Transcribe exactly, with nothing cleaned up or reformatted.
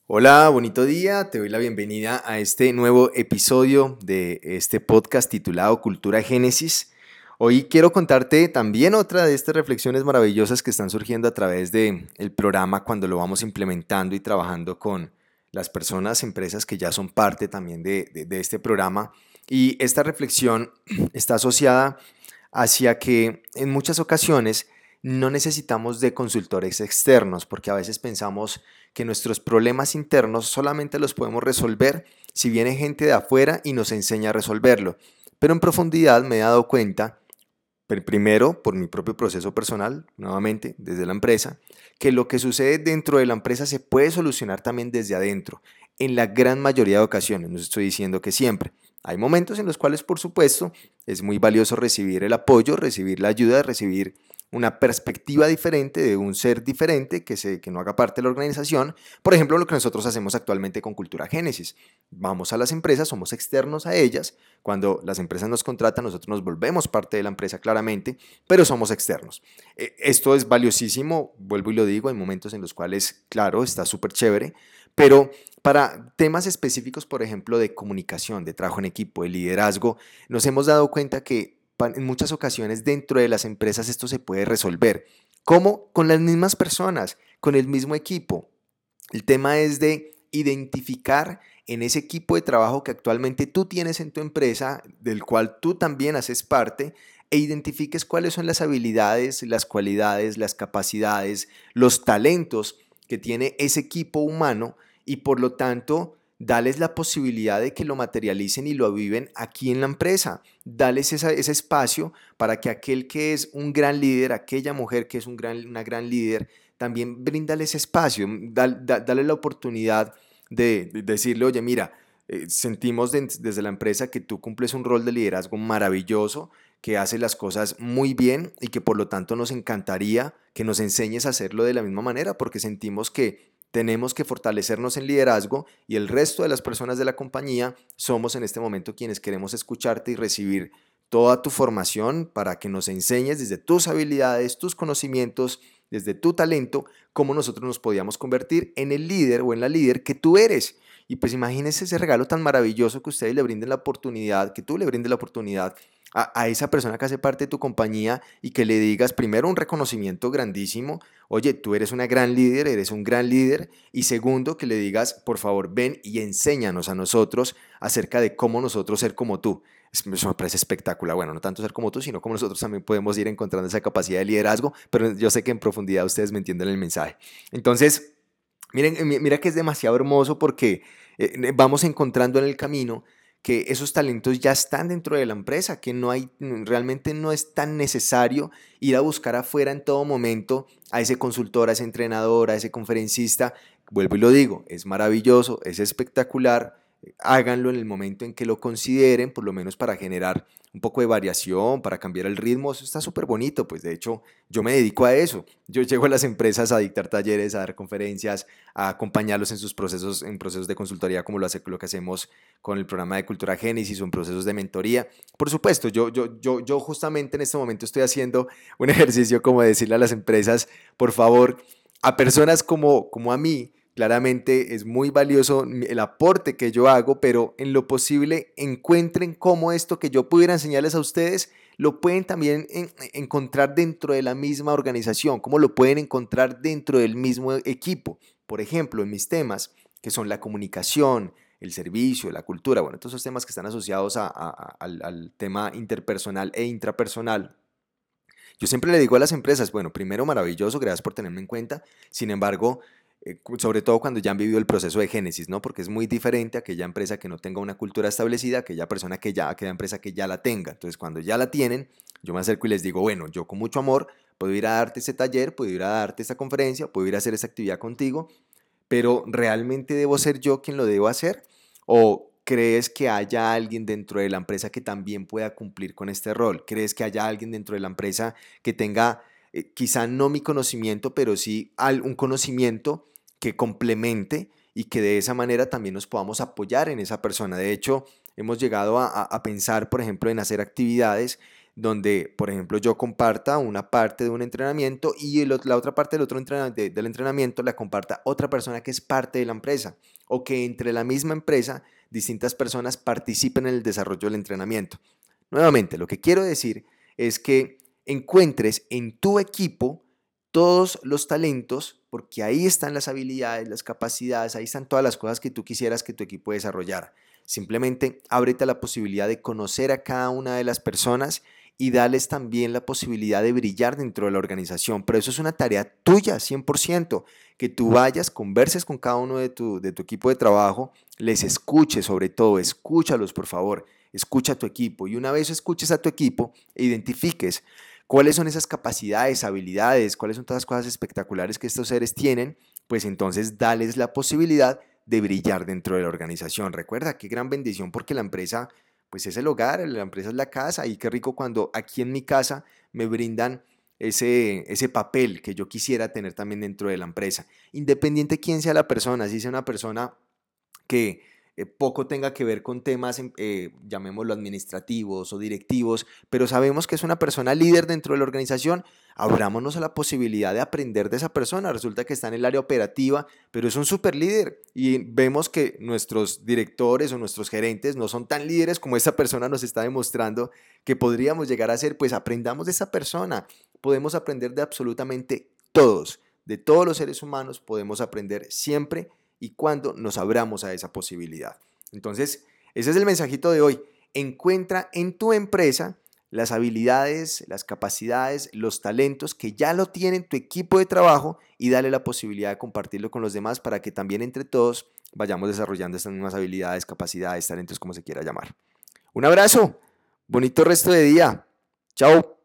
Hola, bonito día. Te doy la bienvenida a este nuevo episodio de este podcast titulado Cultura Génesis. Hoy quiero contarte también otra de estas reflexiones maravillosas que están surgiendo a través del programa cuando lo vamos implementando y trabajando con las personas, empresas que ya son parte también de, de, de este programa. Y esta reflexión está asociada hacia que en muchas ocasiones no necesitamos de consultores externos, porque a veces pensamos que nuestros problemas internos solamente los podemos resolver si viene gente de afuera y nos enseña a resolverlo. Pero en profundidad me he dado cuenta, primero por mi propio proceso personal, nuevamente desde la empresa, que lo que sucede dentro de la empresa se puede solucionar también desde adentro, en la gran mayoría de ocasiones, no estoy diciendo que siempre. Hay momentos en los cuales, por supuesto, es muy valioso recibir el apoyo, recibir la ayuda, recibir una perspectiva diferente de un ser diferente que, se, que no haga parte de la organización. Por ejemplo, lo que nosotros hacemos actualmente con Cultura Génesis. Vamos a las empresas, somos externos a ellas. Cuando las empresas nos contratan, nosotros nos volvemos parte de la empresa claramente, pero somos externos. Eh, esto es valiosísimo, vuelvo y lo digo, hay momentos en los cuales, claro, está súper chévere, pero para temas específicos, por ejemplo, de comunicación, de trabajo en equipo, de liderazgo, nos hemos dado cuenta que en muchas ocasiones dentro de las empresas esto se puede resolver. ¿Cómo? Con las mismas personas, con el mismo equipo. El tema es de identificar en ese equipo de trabajo que actualmente tú tienes en tu empresa, del cual tú también haces parte, e identifiques cuáles son las habilidades, las cualidades, las capacidades, los talentos que tiene ese equipo humano y por lo tanto dales la posibilidad de que lo materialicen y lo viven aquí en la empresa. Dales esa, ese espacio para que aquel que es un gran líder, aquella mujer que es un gran, una gran líder, también bríndale ese espacio, dale, dale la oportunidad de, de decirle, oye, mira, eh, sentimos de, desde la empresa que tú cumples un rol de liderazgo maravilloso, que haces las cosas muy bien y que por lo tanto nos encantaría que nos enseñes a hacerlo de la misma manera, porque sentimos que tenemos que fortalecernos en liderazgo y el resto de las personas de la compañía somos en este momento quienes queremos escucharte y recibir toda tu formación para que nos enseñes desde tus habilidades, tus conocimientos, desde tu talento, cómo nosotros nos podíamos convertir en el líder o en la líder que tú eres. Y pues imagínense ese regalo tan maravilloso que ustedes le brinden la oportunidad, que tú le brindes la oportunidad a, a esa persona que hace parte de tu compañía y que le digas primero un reconocimiento grandísimo, oye, tú eres una gran líder, eres un gran líder, y segundo, que le digas, por favor, ven y enséñanos a nosotros acerca de cómo nosotros ser como tú. Eso me parece espectacular. Bueno, no tanto ser como tú, sino como nosotros también podemos ir encontrando esa capacidad de liderazgo, pero yo sé que en profundidad ustedes me entienden el mensaje. Entonces, miren, mira que es demasiado hermoso porque eh, vamos encontrando en el camino que esos talentos ya están dentro de la empresa, que no hay, realmente no es tan necesario ir a buscar afuera en todo momento a ese consultor, a ese entrenador, a ese conferencista. Vuelvo y lo digo, es maravilloso, es espectacular. Háganlo en el momento en que lo consideren, por lo menos para generar un poco de variación, para cambiar el ritmo. Eso está súper bonito, pues de hecho yo me dedico a eso. Yo llego a las empresas a dictar talleres, a dar conferencias, a acompañarlos en sus procesos, en procesos de consultoría, como lo, hace, lo que hacemos con el programa de Cultura Génesis o en procesos de mentoría. Por supuesto, yo, yo, yo, yo justamente en este momento estoy haciendo un ejercicio como decirle a las empresas, por favor, a personas como, como a mí, claramente es muy valioso el aporte que yo hago, pero en lo posible encuentren cómo esto que yo pudiera enseñarles a ustedes lo pueden también en, encontrar dentro de la misma organización, cómo lo pueden encontrar dentro del mismo equipo. Por ejemplo, en mis temas, que son la comunicación, el servicio, la cultura, bueno, todos esos temas que están asociados a, a, a, al, al tema interpersonal e intrapersonal. Yo siempre le digo a las empresas, bueno, primero maravilloso, gracias por tenerme en cuenta, sin embargo, eh, sobre todo cuando ya han vivido el proceso de génesis, ¿no? Porque es muy diferente a aquella empresa que no tenga una cultura establecida, aquella persona que ya, aquella empresa que ya la tenga. Entonces, cuando ya la tienen, yo me acerco y les digo, bueno, yo con mucho amor puedo ir a darte ese taller, puedo ir a darte esta conferencia, puedo ir a hacer esa actividad contigo, pero ¿realmente debo ser yo quien lo debo hacer? ¿O crees que haya alguien dentro de la empresa que también pueda cumplir con este rol? ¿Crees que haya alguien dentro de la empresa que tenga eh, quizá no mi conocimiento, pero sí un conocimiento que complemente y que de esa manera también nos podamos apoyar en esa persona? De hecho, hemos llegado a, a pensar, por ejemplo, en hacer actividades donde, por ejemplo, yo comparta una parte de un entrenamiento y el, la otra parte del, otro entrenamiento, de, del entrenamiento la comparta otra persona que es parte de la empresa, o que entre la misma empresa distintas personas participen en el desarrollo del entrenamiento. Nuevamente, lo que quiero decir es que encuentres en tu equipo todos los talentos, porque ahí están las habilidades, las capacidades, ahí están todas las cosas que tú quisieras que tu equipo desarrollara. Simplemente ábrete a la posibilidad de conocer a cada una de las personas y darles también la posibilidad de brillar dentro de la organización. Pero eso es una tarea tuya, cien por ciento, que tú vayas, converses con cada uno de tu, de tu equipo de trabajo, les escuches sobre todo, escúchalos por favor, escucha a tu equipo y una vez escuches a tu equipo, identifiques cuáles son esas capacidades, habilidades, cuáles son todas las cosas espectaculares que estos seres tienen, pues entonces dales la posibilidad de brillar dentro de la organización. Recuerda, qué gran bendición porque la empresa pues es el hogar, la empresa es la casa y qué rico cuando aquí en mi casa me brindan ese, ese papel que yo quisiera tener también dentro de la empresa. Independiente quién sea la persona, si sea una persona que eh, poco tenga que ver con temas, eh, llamémoslo administrativos o directivos, pero sabemos que es una persona líder dentro de la organización, abrámonos a la posibilidad de aprender de esa persona. Resulta que está en el área operativa, pero es un super líder y vemos que nuestros directores o nuestros gerentes no son tan líderes como esta persona nos está demostrando que podríamos llegar a ser. Pues aprendamos de esa persona, podemos aprender de absolutamente todos, de todos los seres humanos podemos aprender siempre y cuando nos abramos a esa posibilidad. Entonces, ese es el mensajito de hoy. Encuentra en tu empresa las habilidades, las capacidades, los talentos que ya lo tiene tu equipo de trabajo y dale la posibilidad de compartirlo con los demás para que también entre todos vayamos desarrollando estas mismas habilidades, capacidades, talentos, como se quiera llamar. Un abrazo, bonito resto de día. Chao.